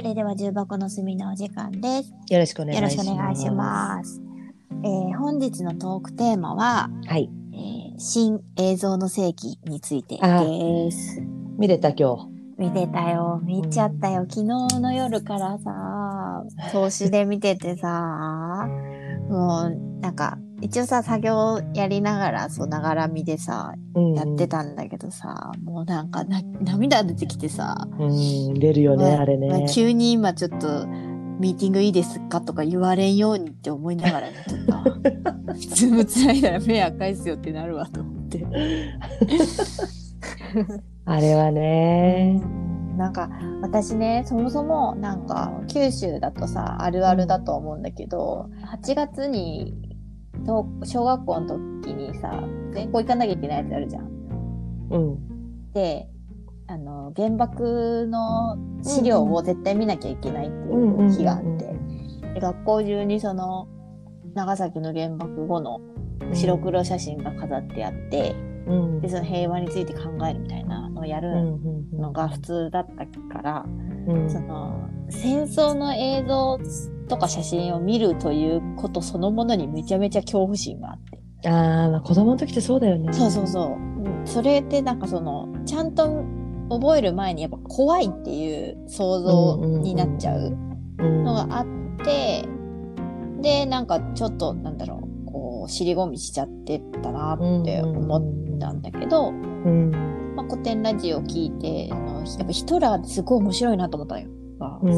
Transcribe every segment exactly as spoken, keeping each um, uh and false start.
えー、では重箱の隅のお時間です。 よろしくお願いします。 よろしくお願いします。えー、本日のトークテーマは、 はい、 えー、新映像の世紀についてです。 見れた今日。 見てたよ。見ちゃったよ。昨日の夜からさ、投資で見ててさ、もうなんか一応さ作業やりながらそうながら見でさ、うんうん、やってたんだけどさ、もうなんかな涙出てきてさ、 うん出るよね、まあ、あれね、 まあ、急に今ちょっとミーティングいいですかとか言われんようにって思いながら見とった普通むつらいなら目赤いっすよってなるわと思ってあれはね、 なんか私ねそもそもなんか九州だとさあるあるだと思うんだけど、うん、はちがつに小学校の時にさ全校行かなきゃいけないやつあるじゃん。 うん、 であの原爆の資料を絶対見なきゃいけないっていう日があって、で学校中にその長崎の原爆後の白黒写真が飾ってあって、うん、でその平和について考えるみたいなのをやるのが普通だったから、うん、その戦争の映像とか写真を見るということそのものにめちゃめちゃ恐怖心があって、 あー、まあ子供の時ってそうだよね。 そうそうそう、それってなんかそのちゃんと覚える前にやっぱ怖いっていう想像になっちゃうのがあって、うんうん、でなんかちょっとなんだろうこう尻込みしちゃってたなって思ったんだけど、うんうんまあ、古典ラジオ聞いてあのやっぱヒトラーってすごい面白いなと思ったよ、うん、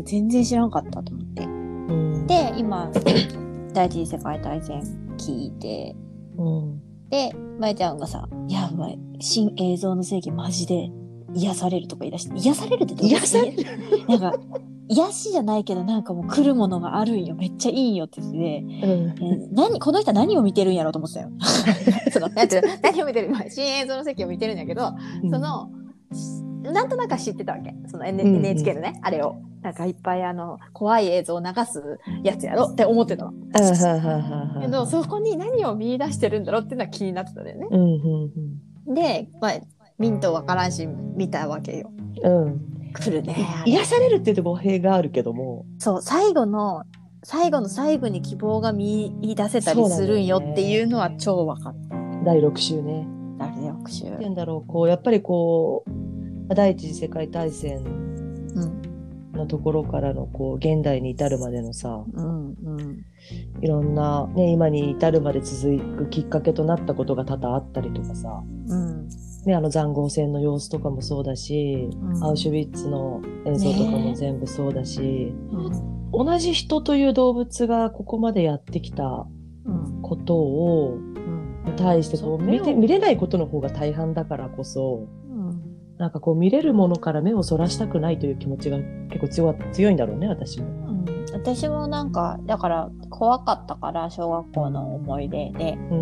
全然知らなかったと思って、うん、で今第一次世界大戦聞いて、うん、でまえちゃんがさやばい新映像の世紀マジで癒されるとか言い出して、癒されるってどういう癒されるなんか癒しじゃないけどなんかもう来るものがあるんよめっちゃいいよって言って、うんえー、何この人は何を見てるんやろうと思ってたよそのなんて何を見てる新映像の世紀を見てるんやけど、うん、そのなんとなく知ってたわけその、N うんうん、エヌエイチケー のねあれをなんかいっぱいあの怖い映像を流すやつやろって思ってたの、うん、けどそこに何を見出してるんだろうっていうのは気になってたんだよね、うんうんうん、で、まあ、ミントわからんし見たわけよ、うん来るね癒されるっていうと語弊があるけどもそう最後の最後の最後に希望が見出せたりするんよっていうのは超分かった。 だいろく週ねだいろく週っていうんだろうこうやっぱりこう第一次世界大戦のところからのこう現代に至るまでのさ、うんうん、いろんな、ね、今に至るまで続くきっかけとなったことが多々あったりとかさ、うんね、あの塹壕戦の様子とかもそうだし、うん、アウシュビッツの映像とかも全部そうだし、ねうん、同じ人という動物がここまでやってきたことを、うん、対してこう見て見れないことの方が大半だからこそ、うん、なんかこう見れるものから目をそらしたくないという気持ちが結構 強, 強いんだろうね私も、うん、 私もなんかだから怖かったから小学校の思い出で、うん、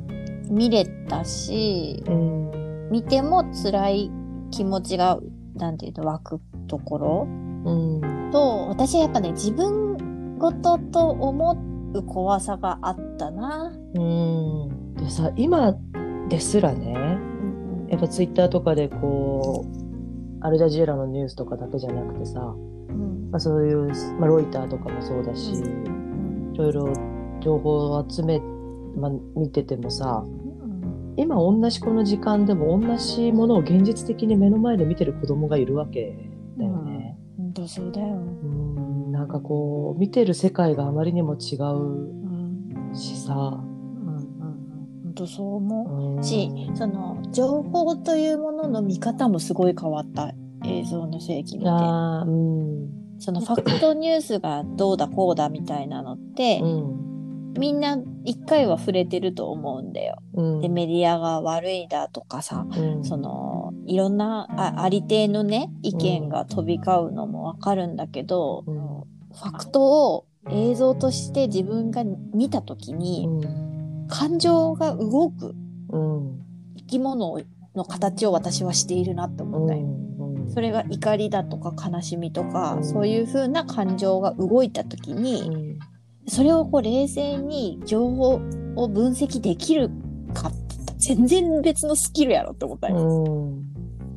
見れたし、うん見ても辛い気持ちがなんていうの湧くところ、うん、と私はやっぱね自分ごとと思う怖さがあったな、 うん、でさ今ですらね、うん、やっぱツイッターとかでこうアルジャジーラのニュースとかだけじゃなくてさ、うんまあ、そういう、まあ、ロイターとかもそうだし、うん、いろいろ情報を集め、まあ、見ててもさ今同じこの時間でも同じものを現実的に目の前で見てる子供がいるわけだよね。 うん、本当そうだよ。 うんなんかこう見てる世界があまりにも違うしさ、うんうんうん、本当そう思うし、その情報というものの見方もすごい変わった映像の世紀見て、あ、うん、そのファクトニュースがどうだこうだみたいなのって。うんみんな一回は触れてると思うんだよ、うん、でメディアが悪いだとかさ、うん、そのいろんな あ, ありていのね意見が飛び交うのもわかるんだけど、うん、ファクトを映像として自分が見た時に、うん、感情が動く、うん、生き物の形を私はしているなって思ったよ、うんうん、それが怒りだとか悲しみとか、うん、そういう風な感情が動いた時に、うんそれをこう冷静に情報を分析できるかって全然別のスキルやろって思ったよ、うん、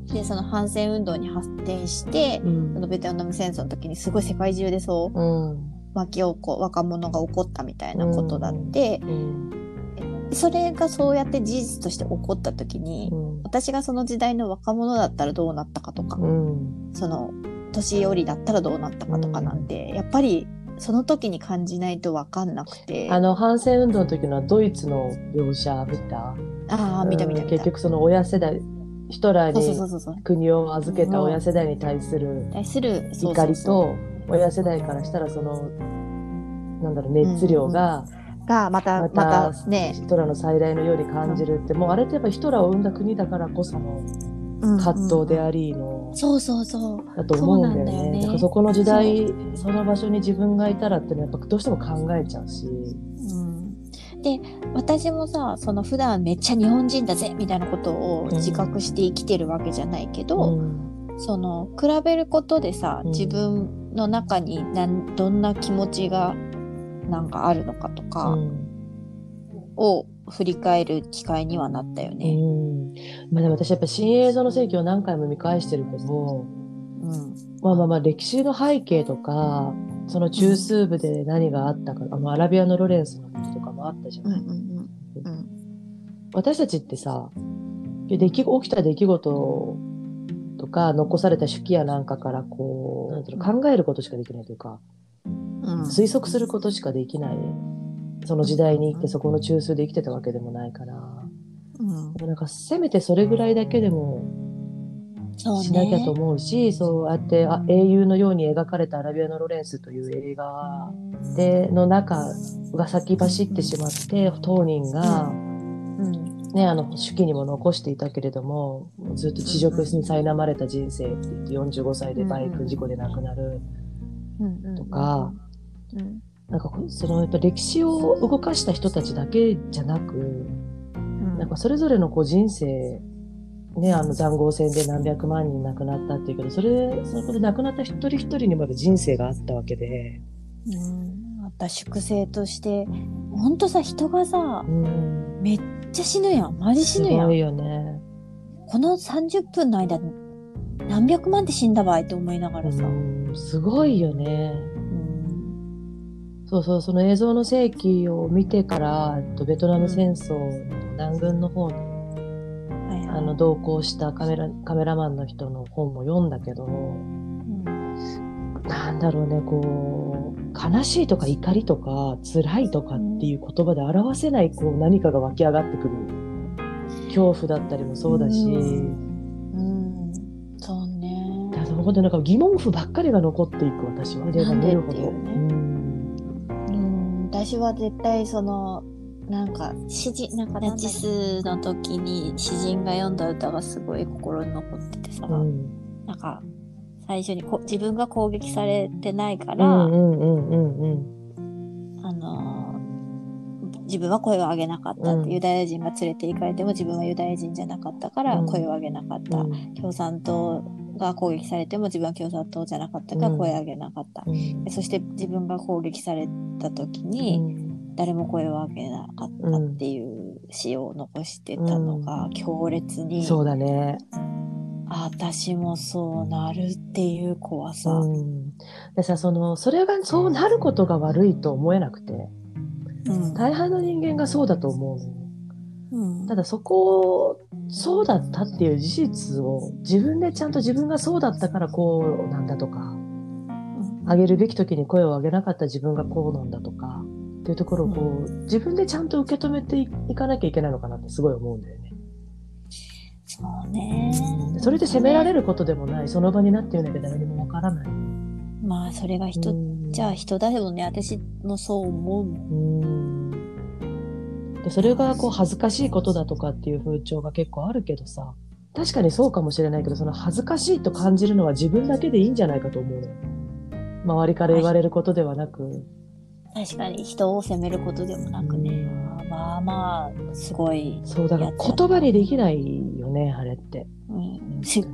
でその反戦運動に発展して、うん、そのベトナム戦争の時にすごい世界中でそう、うん、巻き起こ若者が起こったみたいなことだって、うんうん、それがそうやって事実として起こった時に、うん、私がその時代の若者だったらどうなったかとか、うん、その年寄りだったらどうなったかとかなんて、うん、やっぱりその時に感じないと分かんなくて。 あの反戦運動の時のドイツの描写見た？ ああ、見た見た見た。 結局その親世代、ヒトラーに国を預けた親世代に対する怒りと、親世代からしたらそのなんだろう熱量が、 うんうん、がまたまたね、 ヒトラーの最大のように感じるって、うん、もうあれってやっぱヒトラーを生んだ国だからこその葛藤でありの、うんうん、 そうそうそうだと思うんだよね。そうなんだよね。だからそこの時代 そ, その場所に自分がいたらってのはやっぱどうしても考えちゃうし、 で私もさ、その普段めっちゃ日本人だぜみたいなことを自覚して生きてるわけじゃないけど、うん、その比べることでさ、自分の中になんどんな気持ちがなんかあるのかとかを振り返る機会にはなったよね。 うんまあ、でも私やっぱ新映像の世紀を何回も見返してるけど、うん、まあまあまあ歴史の背景とかその中枢部で何があったか、うん、あのアラビアのロレンスのこととかもあったじゃない、うんうんうんうん、私たちってさ出来起きた出来事とか残された手記やなんかからこうなんていうの考えることしかできないというか、うん、推測することしかできない、その時代に生きてそこの中枢で生きてたわけでもないから、うん、でもなんかせめてそれぐらいだけでもしなきゃと思うし、そうやってあ英雄のように描かれたアラビアのロレンスという映画での中が先走ってしまって当人が、うんね、あの手記にも残していたけれどもずっと恥辱に苛まれた人生って言ってよんじゅうごさいでバイク事故で亡くなるとか、なんかそのやっぱ歴史を動かした人たちだけじゃなく、なんかそれぞれのこう人生ね、あの塹壕戦で何百万人亡くなったっていうけど、それそこで亡くなった一人一人にも人生があったわけで、 うん、また粛清としてほんとさ、人がさ、うん、めっちゃ死ぬやん、マジ死ぬやん。 すごいよね。 このさんじゅっぷんの間何百万って死んだ場合って思いながらさ、うん、すごいよね、うん、そうそう、その映像の世紀を見てからベトナム戦争の南軍の方に、うん、あの同行したカメラ、カメラマンの人の本も読んだけど、うん、なんだろうね、こう悲しいとか怒りとか辛いとかっていう言葉で表せないこう何かが湧き上がってくる恐怖だったりもそうだし、うんうん、そうね。 だから本当なんか疑問符ばっかりが残っていく、私は。 なんでっていうね。うん、うん、私は絶対そのなんか詩人なんかナチスの時に詩人が読んだ歌がすごい心に残っててさ、うん、なんか最初にこ自分が攻撃されてないから、うんうんうんうんうん、あの自分は声を上げなかったって、うん、ユダヤ人が連れて行かれても自分はユダヤ人じゃなかったから声を上げなかった、うん、共産党が攻撃されても自分は共産党じゃなかったから声を上げなかった、うん、そして自分が攻撃された時に、うん、誰も声を上げなかったっていう詩を残してたのが強烈に、 そうだね、 あ、私もそうなるっていう怖さ、うん、でさ、そのそれがそうなることが悪いと思えなくて、うん、大半の人間がそうだと思うの、うん、ただそこをそうだったっていう事実を自分でちゃんと自分がそうだったからこうなんだとか、うん、上げるべき時に声を上げなかった自分がこうなんだとかっていうところをこう、うん、自分でちゃんと受け止めて い, いかなきゃいけないのかなってすごい思うんだよね。 そうね、 それで責められることでもない、その場になってみなきゃ誰にもわからない。 まあそれが人、うん、じゃあ人だけどね、私もそう思うもん。 うんでそれがこう恥ずかしいことだとかっていう風潮が結構あるけどさ、確かにそうかもしれないけど、その恥ずかしいと感じるのは自分だけでいいんじゃないかと思うのよ。周りから言われることではなく、 確かに人を責めることでもなくね、うん、まあまあすごい、 そうだから言葉にできないよね、あれって、 うん、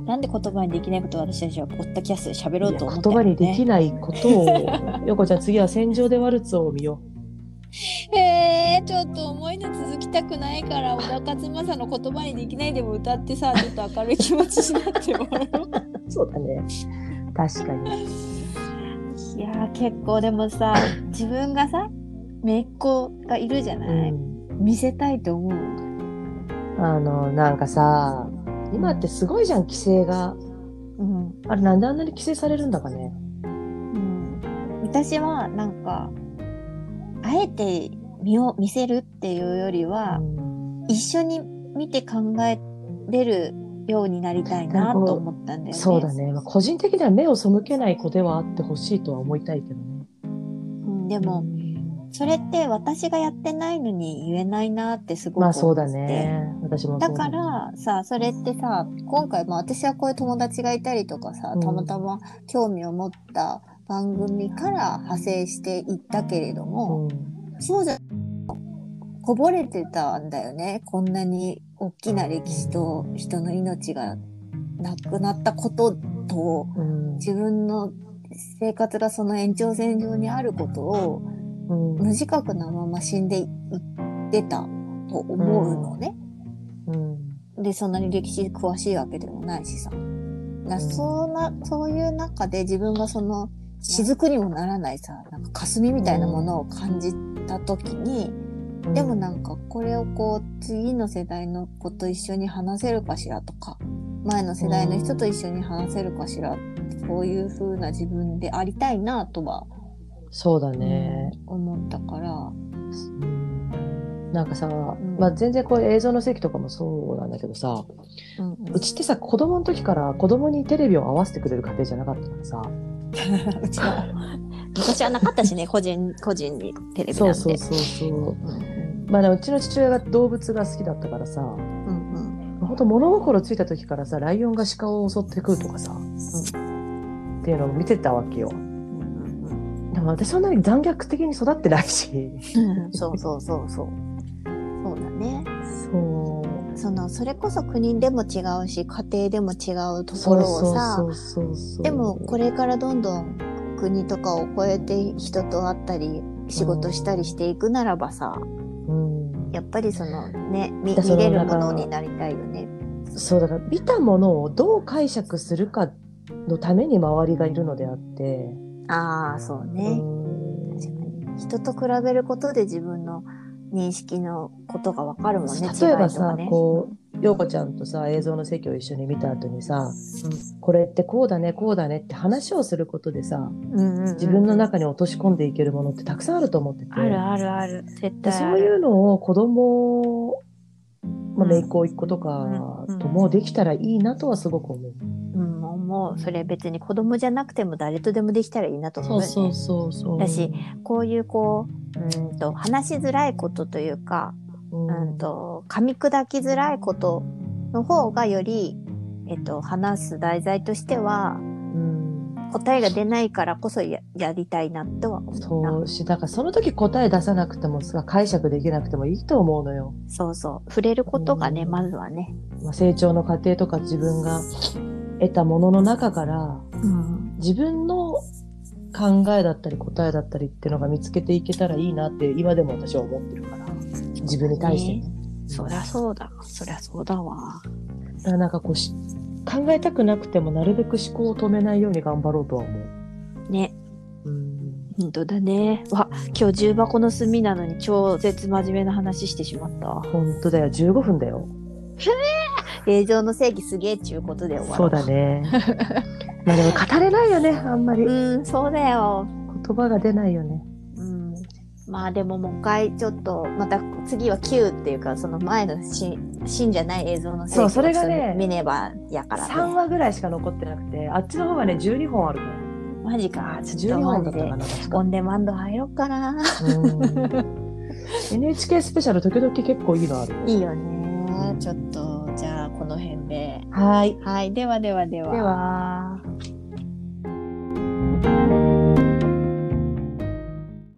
なんで言葉にできないことを私たちはポッドキャストで喋ろうと思ったのね。 言葉にできないことを横ちゃん次は戦場でワルツを見よえー、ちょっと思いの続きたくないから小田和正の言葉にできないでも歌ってさ、ちょっと明るい気持ちになってもらおう。 そうだね、確かに。 いやー結構でもさ、自分がさ姪っ子がいるじゃない、うん、見せたいと思う。 あのなんかさ、今ってすごいじゃん、規制が、うん、あれなんであんなに規制されるんだかね。 うん、私はなんかあえて見を見せるっていうよりは、うん、一緒に見て考えれるようになりたいなと思ったんだよね。 そうだね、まあ、個人的には目を背けない子ではあってほしいとは思いたいけどね、 うん、でも、うん、それって私がやってないのに言えないなってすごく思って。まあそうだね、私もそうだね。だからさ、それってさ、今回まあ私はこういう友達がいたりとかさ、たまたま興味を持った番組から派生していったけれども、うん、そうじゃこぼれてたんだよね。こんなに大きな歴史と人の命がなくなったことと、うん、自分の生活がその延長線上にあることを、うん、無自覚なまま死んでいってたと思うのね、うんうん、でそんなに歴史詳しいわけでもないしさ、な、そんな、そういう中で自分がその雫にもならないさ、なんか霞みたいなものを感じた時に、うん、でもなんかこれをこう次の世代の子と一緒に話せるかしらとか、前の世代の人と一緒に話せるかしらって、こういう風な自分でありたいなとは、 そうだね、 うん、思ったから、うん、 なんかさ、うんまあ、全然こう映像の席とかもそうなんだけどさ、うんうん、うちってさ、子供の時から子供にテレビを合わせてくれる家庭じゃなかったからさうちは昔はなかったしね個人個人にテレビなんて。 そうそうそうそう、うんうん、まあ、うちの父親が動物が好きだったからさ、うんうん、ほんと物心ついた時からさ、ライオンが鹿を襲ってくるとかさ、うん、っていうのを見てたわけよ。でも私そんなに残虐的に育ってないし、 うん、そうそうそうそうそうだね。そうそのそれこそ国でも違うし家庭でも違うところをさ、でもこれからどんどん国とかを超えて人と会ったり仕事したりしていくならばさ、うん、やっぱりそのね 見, 見れるものになりたいよね。 そうだから見たものをどう解釈するかのために周りがいるのであって、 ああそうね、確かに人と比べることで自分の認識のことが分かるもんね。 例えばさ、ね、こう陽子ちゃんとさ映像の席を一緒に見た後にさ、うん、これってこうだねこうだねって話をすることでさ、うんうんうんうん、自分の中に落とし込んでいけるものってたくさんあると思ってて、 あるあるある、絶対ある。 そういうのを子供、まあ、姪っ子甥っ子とかともできたらいいなとはすごく思う。 うん、もうそれ別に子供じゃなくても誰とでもできたらいいなと思うよね。そうそうそうそう。だしこういうこう、うんと話しづらいことというか、うん、うんと噛み砕きづらいことの方がより、えっと、話す題材としては、うん、答えが出ないからこそ や, やりたいなとは思うな。 そうし、だからその時答え出さなくてもさ、解釈できなくてもいいと思うのよ。 そうそう、触れることがね、うん、まずはね、 まあ、成長の過程とか自分が得たものの中から、うん、自分の考えだったり答えだったりっていうのが見つけていけたらいいなって今でも私は思ってるから、自分に対してね。 そりゃそうだ、そりゃそうだわ。 だからなんかこうし考えたくなくてもなるべく思考を止めないように頑張ろうとは思う。 ね。うん。本当だね。わ、今日重箱の隅なのに超絶真面目な話してしまった。 本当だよ、じゅうごふんだよ。 映像の正義すげえっちゅうことで終わろう。 そうだね。まあでも語れないよね、あんまり。 うん、そうだよ。 言葉が出ないよね。 うん。まあでももう一回ちょっとまた次はきゅうっていうかその前のシーンじゃない映像の正義を見ねばやからね。 さんわぐらいしか残ってなくて、あっちの方がねじゅうにほんあるの。 マジか。ちょっとマジでオンデマンド入ろうかな。 うん。エヌエイチケー スペシャル時々結構いいのあるよ。 いいよね。ちょっとじゃあこの辺で。 はい。 はい。ではではでは。 では。